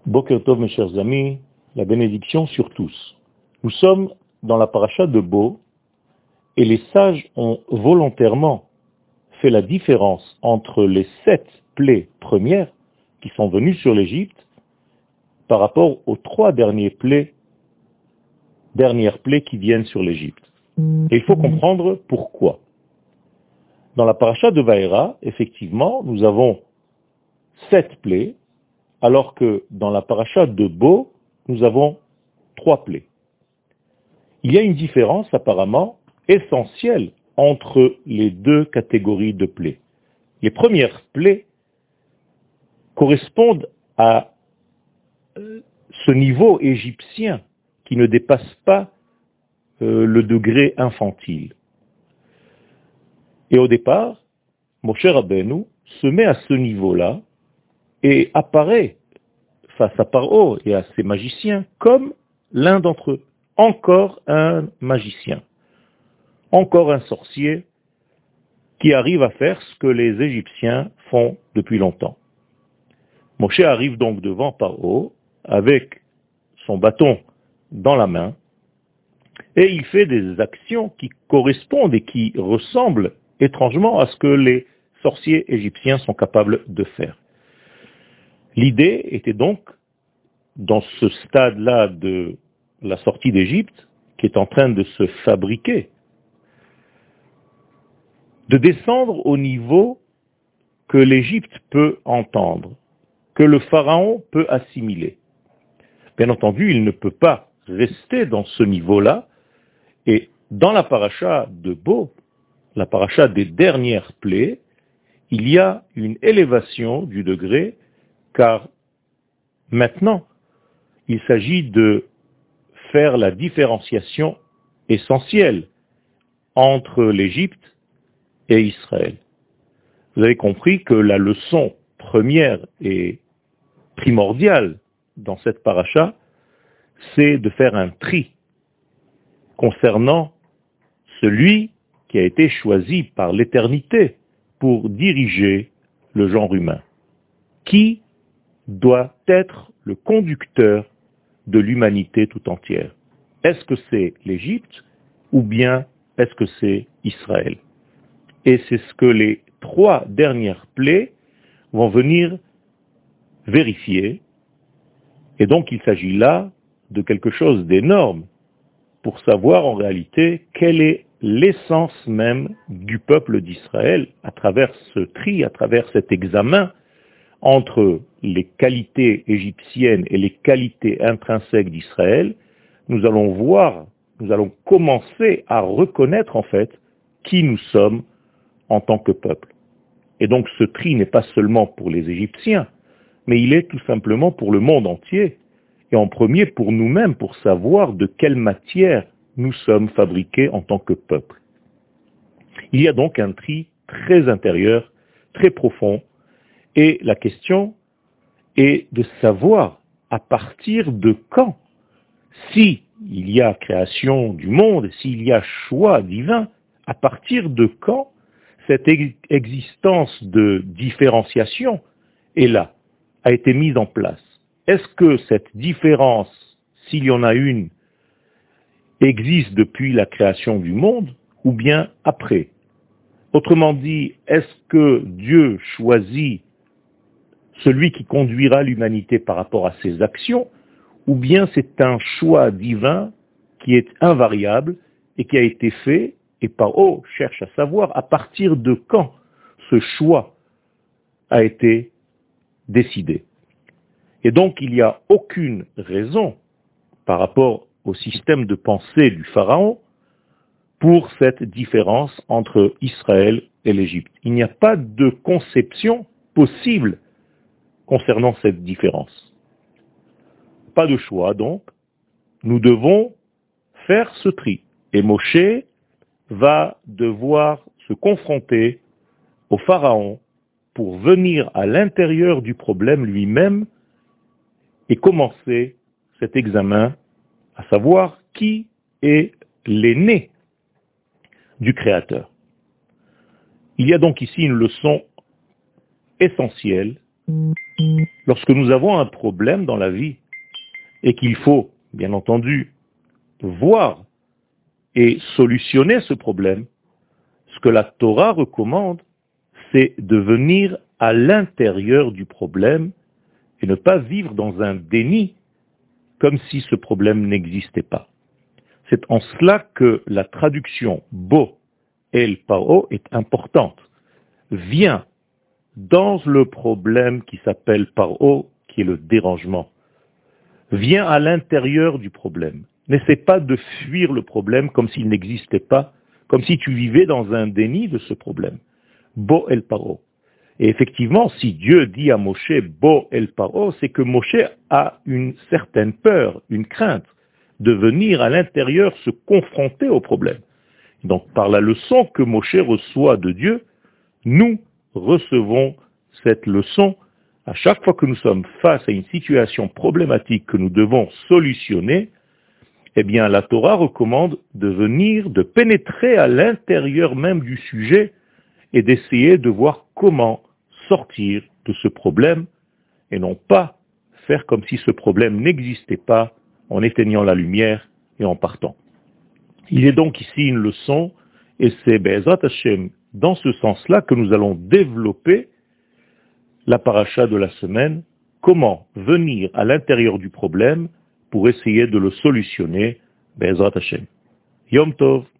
Boker Tov, mes chers amis, la bénédiction sur tous. Nous sommes dans la paracha de Bo, et les sages ont volontairement fait la différence entre les 7 plaies premières qui sont venues sur l'Égypte par rapport aux 3 dernières plaies qui viennent sur l'Égypte. Et il faut comprendre pourquoi. Dans la paracha de Vaïra, effectivement, nous avons 7 plaies, alors que dans la paracha de Bo, nous avons 3 plaies. Il y a une différence apparemment essentielle entre les 2 catégories de plaies. Les premières plaies correspondent à ce niveau égyptien qui ne dépasse pas le degré infantile. Et au départ, Moshe Rabbeinu se met à ce niveau-là et apparaît face à Paro et à ses magiciens comme l'un d'entre eux. Encore un magicien, encore un sorcier qui arrive à faire ce que les Égyptiens font depuis longtemps. Moshe arrive donc devant Paro avec son bâton dans la main et il fait des actions qui correspondent et qui ressemblent étrangement à ce que les sorciers égyptiens sont capables de faire. L'idée était donc, dans ce stade-là de la sortie d'Égypte, qui est en train de se fabriquer, de descendre au niveau que l'Égypte peut entendre, que le Pharaon peut assimiler. Bien entendu, il ne peut pas rester dans ce niveau-là, et dans la paracha de Bo, la paracha des dernières plaies, il y a une élévation du degré, car maintenant, il s'agit de faire la différenciation essentielle entre l'Égypte et Israël. Vous avez compris que la leçon première et primordiale dans cette paracha, c'est de faire un tri concernant celui qui a été choisi par l'éternité pour diriger le genre humain. Qui doit être le conducteur de l'humanité tout entière? Est-ce que c'est l'Égypte ou bien est-ce que c'est Israël? Et c'est ce que les 3 dernières plaies vont venir vérifier. Et donc il s'agit là de quelque chose d'énorme pour savoir en réalité quelle est l'essence même du peuple d'Israël à travers ce tri, à travers cet examen entre les qualités égyptiennes et les qualités intrinsèques d'Israël. Nous allons voir, nous allons commencer à reconnaître en fait qui nous sommes en tant que peuple. Et donc ce tri n'est pas seulement pour les Égyptiens, mais il est tout simplement pour le monde entier, et en premier pour nous-mêmes, pour savoir de quelle matière nous sommes fabriqués en tant que peuple. Il y a donc un tri très intérieur, très profond, et la question est de savoir à partir de quand, si il y a création du monde, s'il y a choix divin, à partir de quand cette existence de différenciation est là, a été mise en place. Est-ce que cette différence, s'il y en a une, existe depuis la création du monde ou bien après? Autrement dit, est-ce que Dieu choisit celui qui conduira l'humanité par rapport à ses actions, ou bien c'est un choix divin qui est invariable et qui a été fait, et Paro cherche à savoir à partir de quand ce choix a été décidé. Et donc il n'y a aucune raison par rapport au système de pensée du Pharaon pour cette différence entre Israël et l'Égypte. Il n'y a pas de conception possible concernant cette différence. Pas de choix donc, nous devons faire ce tri. Et Moshe va devoir se confronter au Pharaon pour venir à l'intérieur du problème lui-même et commencer cet examen, à savoir qui est l'aîné du Créateur. Il y a donc ici une leçon essentielle Lorsque nous avons un problème dans la vie et qu'il faut, bien entendu, voir et solutionner ce problème, ce que la Torah recommande, c'est de venir à l'intérieur du problème et ne pas vivre dans un déni comme si ce problème n'existait pas. C'est en cela que la traduction Bo El Paro est importante. Viens dans le problème qui s'appelle Paro, qui est le dérangement. Viens à l'intérieur du problème. N'essaie pas de fuir le problème comme s'il n'existait pas, comme si tu vivais dans un déni de ce problème. Bo El Paro. Et effectivement, si Dieu dit à Moshe Bo El Paro, c'est que Moshe a une certaine peur, une crainte de venir à l'intérieur se confronter au problème. Donc par la leçon que Moshe reçoit de Dieu, nous recevons cette leçon à chaque fois que nous sommes face à une situation problématique que nous devons solutionner. Eh bien la Torah recommande de venir, de pénétrer à l'intérieur même du sujet et d'essayer de voir comment sortir de ce problème et non pas faire comme si ce problème n'existait pas en éteignant la lumière et en partant. Il est donc ici une leçon et c'est Be'ezrat Hashem dans ce sens-là que nous allons développer la paracha de la semaine, comment venir à l'intérieur du problème pour essayer de le solutionner. Be'ezrat Hashem. Yom Tov.